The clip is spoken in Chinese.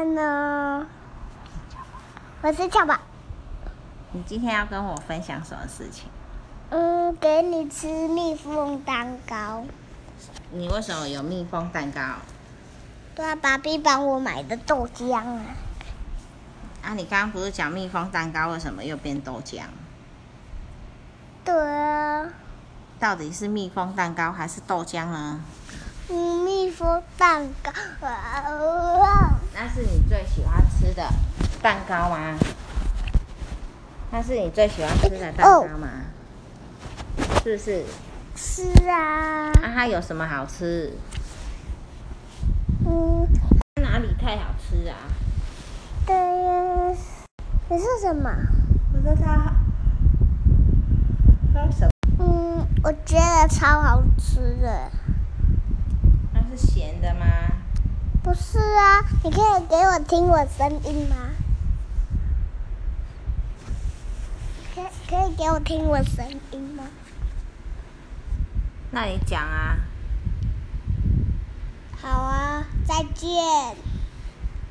天呢，我是小宝。 你今天要跟我分享什么事情？ 给你吃蜜蜂蛋糕。 你为什么有蜜蜂蛋糕？ 对啊，爸比帮我买的豆浆啊。 你刚刚不是讲蜜蜂蛋糕，为什么又变豆浆？ 对啊。 到底是蜜蜂蛋糕还是豆浆呢？ 蜜蜂蛋糕。 那是你最喜欢吃的蛋糕吗？那是你最喜欢吃的蛋糕吗？是不是？ 是啊。 它有什么好吃？哪里太好吃啊？ 对呀。你是什么？ 我说它什么？ 我觉得超好吃的。 那是咸的吗？ 不是啊，你可以给我听我声音吗？可以给我听我声音吗？ 那你讲啊。 好啊，再见。